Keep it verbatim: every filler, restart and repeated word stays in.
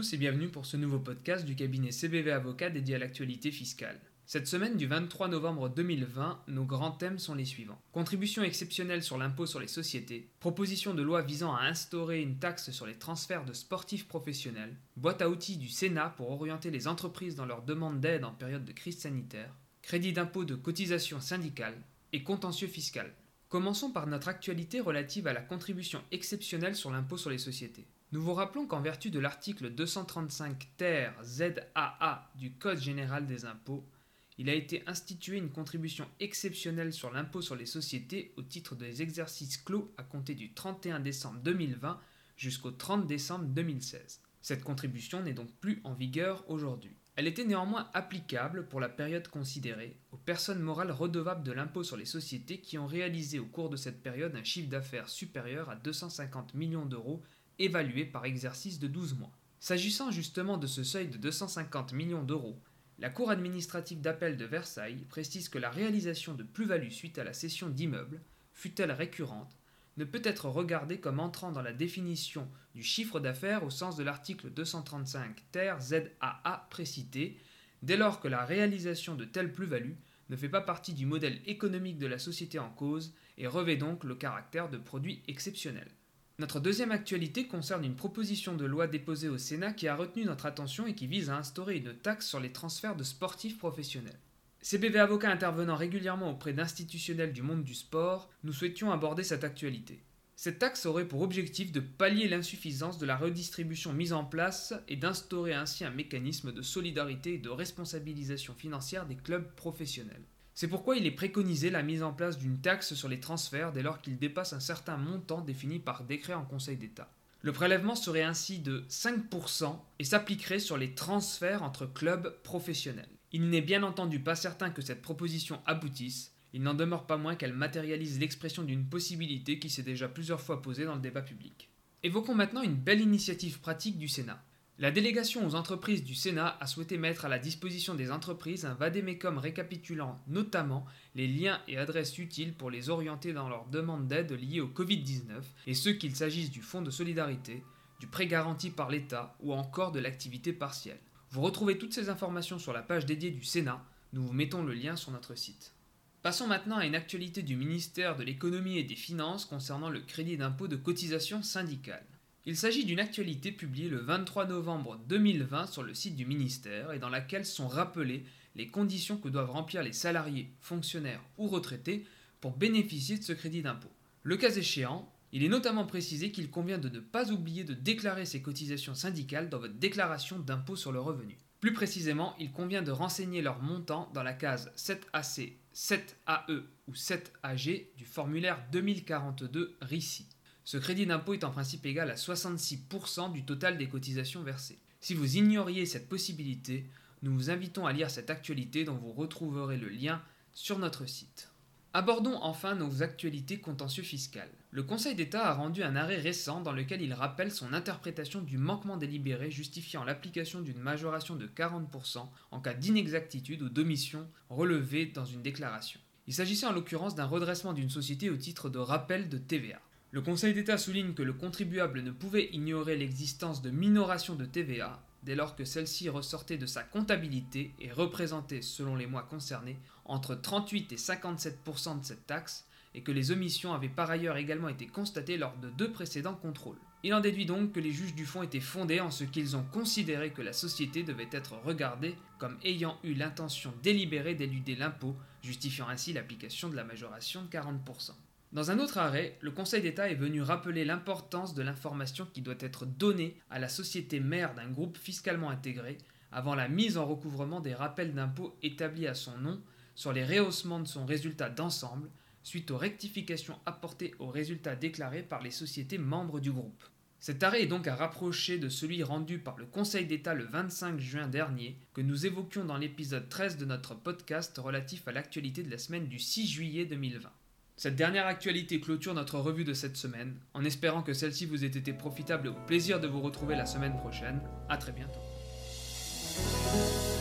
tous et bienvenue pour ce nouveau podcast du cabinet C B V Avocat dédié à l'actualité fiscale. Cette semaine du vingt-trois novembre deux mille vingt, nos grands thèmes sont les suivants. Contribution exceptionnelle sur l'impôt sur les sociétés, proposition de loi visant à instaurer une taxe sur les transferts de sportifs professionnels, boîte à outils du Sénat pour orienter les entreprises dans leur demande d'aide en période de crise sanitaire, crédit d'impôt de cotisation syndicale et contentieux fiscal. Commençons par notre actualité relative à la contribution exceptionnelle sur l'impôt sur les sociétés. Nous vous rappelons qu'en vertu de l'article deux cent trente-cinq ter Z A A du Code général des impôts, il a été institué une contribution exceptionnelle sur l'impôt sur les sociétés au titre des exercices clos à compter du trente et un décembre deux mille vingt jusqu'au trente décembre deux mille seize. Cette contribution n'est donc plus en vigueur aujourd'hui. Elle était néanmoins applicable pour la période considérée aux personnes morales redevables de l'impôt sur les sociétés qui ont réalisé au cours de cette période un chiffre d'affaires supérieur à deux cent cinquante millions d'euros évalué par exercice de douze mois. S'agissant justement de ce seuil de deux cent cinquante millions d'euros, la Cour administrative d'appel de Versailles précise que la réalisation de plus-value suite à la cession d'immeubles, fût-elle récurrente, ne peut être regardée comme entrant dans la définition du chiffre d'affaires au sens de l'article deux cent trente-cinq ter Z A A précité, dès lors que la réalisation de telles plus-values ne fait pas partie du modèle économique de la société en cause et revêt donc le caractère de produit exceptionnel. Notre deuxième actualité concerne une proposition de loi déposée au Sénat qui a retenu notre attention et qui vise à instaurer une taxe sur les transferts de sportifs professionnels. C B V Avocat intervenant régulièrement auprès d'institutionnels du monde du sport, nous souhaitions aborder cette actualité. Cette taxe aurait pour objectif de pallier l'insuffisance de la redistribution mise en place et d'instaurer ainsi un mécanisme de solidarité et de responsabilisation financière des clubs professionnels. C'est pourquoi il est préconisé la mise en place d'une taxe sur les transferts dès lors qu'ils dépassent un certain montant défini par décret en Conseil d'État. Le prélèvement serait ainsi de cinq pour cent et s'appliquerait sur les transferts entre clubs professionnels. Il n'est bien entendu pas certain que cette proposition aboutisse, il n'en demeure pas moins qu'elle matérialise l'expression d'une possibilité qui s'est déjà plusieurs fois posée dans le débat public. Évoquons maintenant une belle initiative pratique du Sénat. La délégation aux entreprises du Sénat a souhaité mettre à la disposition des entreprises un vade-mecum récapitulant notamment les liens et adresses utiles pour les orienter dans leur demande d'aide liée au covid dix-neuf, et ce qu'il s'agisse du fonds de solidarité, du prêt garanti par l'État ou encore de l'activité partielle. Vous retrouvez toutes ces informations sur la page dédiée du Sénat, nous vous mettons le lien sur notre site. Passons maintenant à une actualité du ministère de l'Économie et des Finances concernant le crédit d'impôt de cotisation syndicale. Il s'agit d'une actualité publiée le vingt-trois novembre deux mille vingt sur le site du ministère et dans laquelle sont rappelées les conditions que doivent remplir les salariés, fonctionnaires ou retraités pour bénéficier de ce crédit d'impôt. Le cas échéant, il est notamment précisé qu'il convient de ne pas oublier de déclarer ces cotisations syndicales dans votre déclaration d'impôt sur le revenu. Plus précisément, il convient de renseigner leur montant dans la case sept A C, sept A E ou sept A G du formulaire deux mille quarante-deux R I C I. Ce crédit d'impôt est en principe égal à soixante-six pour cent du total des cotisations versées. Si vous ignoriez cette possibilité, nous vous invitons à lire cette actualité dont vous retrouverez le lien sur notre site. Abordons enfin nos actualités contentieux fiscales. Le Conseil d'État a rendu un arrêt récent dans lequel il rappelle son interprétation du manquement délibéré justifiant l'application d'une majoration de quarante pour cent en cas d'inexactitude ou d'omission relevée dans une déclaration. Il s'agissait en l'occurrence d'un redressement d'une société au titre de rappel de T V A. Le Conseil d'État souligne que le contribuable ne pouvait ignorer l'existence de minoration de T V A dès lors que celle-ci ressortait de sa comptabilité et représentait, selon les mois concernés, entre trente-huit et cinquante-sept pour cent de cette taxe et que les omissions avaient par ailleurs également été constatées lors de deux précédents contrôles. Il en déduit donc que les juges du fond étaient fondés en ce qu'ils ont considéré que la société devait être regardée comme ayant eu l'intention délibérée d'éluder l'impôt, justifiant ainsi l'application de la majoration de quarante pour cent. Dans un autre arrêt, le Conseil d'État est venu rappeler l'importance de l'information qui doit être donnée à la société mère d'un groupe fiscalement intégré avant la mise en recouvrement des rappels d'impôts établis à son nom sur les rehaussements de son résultat d'ensemble suite aux rectifications apportées aux résultats déclarés par les sociétés membres du groupe. Cet arrêt est donc à rapprocher de celui rendu par le Conseil d'État le vingt-cinq juin dernier que nous évoquions dans l'épisode treize de notre podcast relatif à l'actualité de la semaine du six juillet deux mille vingt. Cette dernière actualité clôture notre revue de cette semaine, en espérant que celle-ci vous ait été profitable et au plaisir de vous retrouver la semaine prochaine. À très bientôt.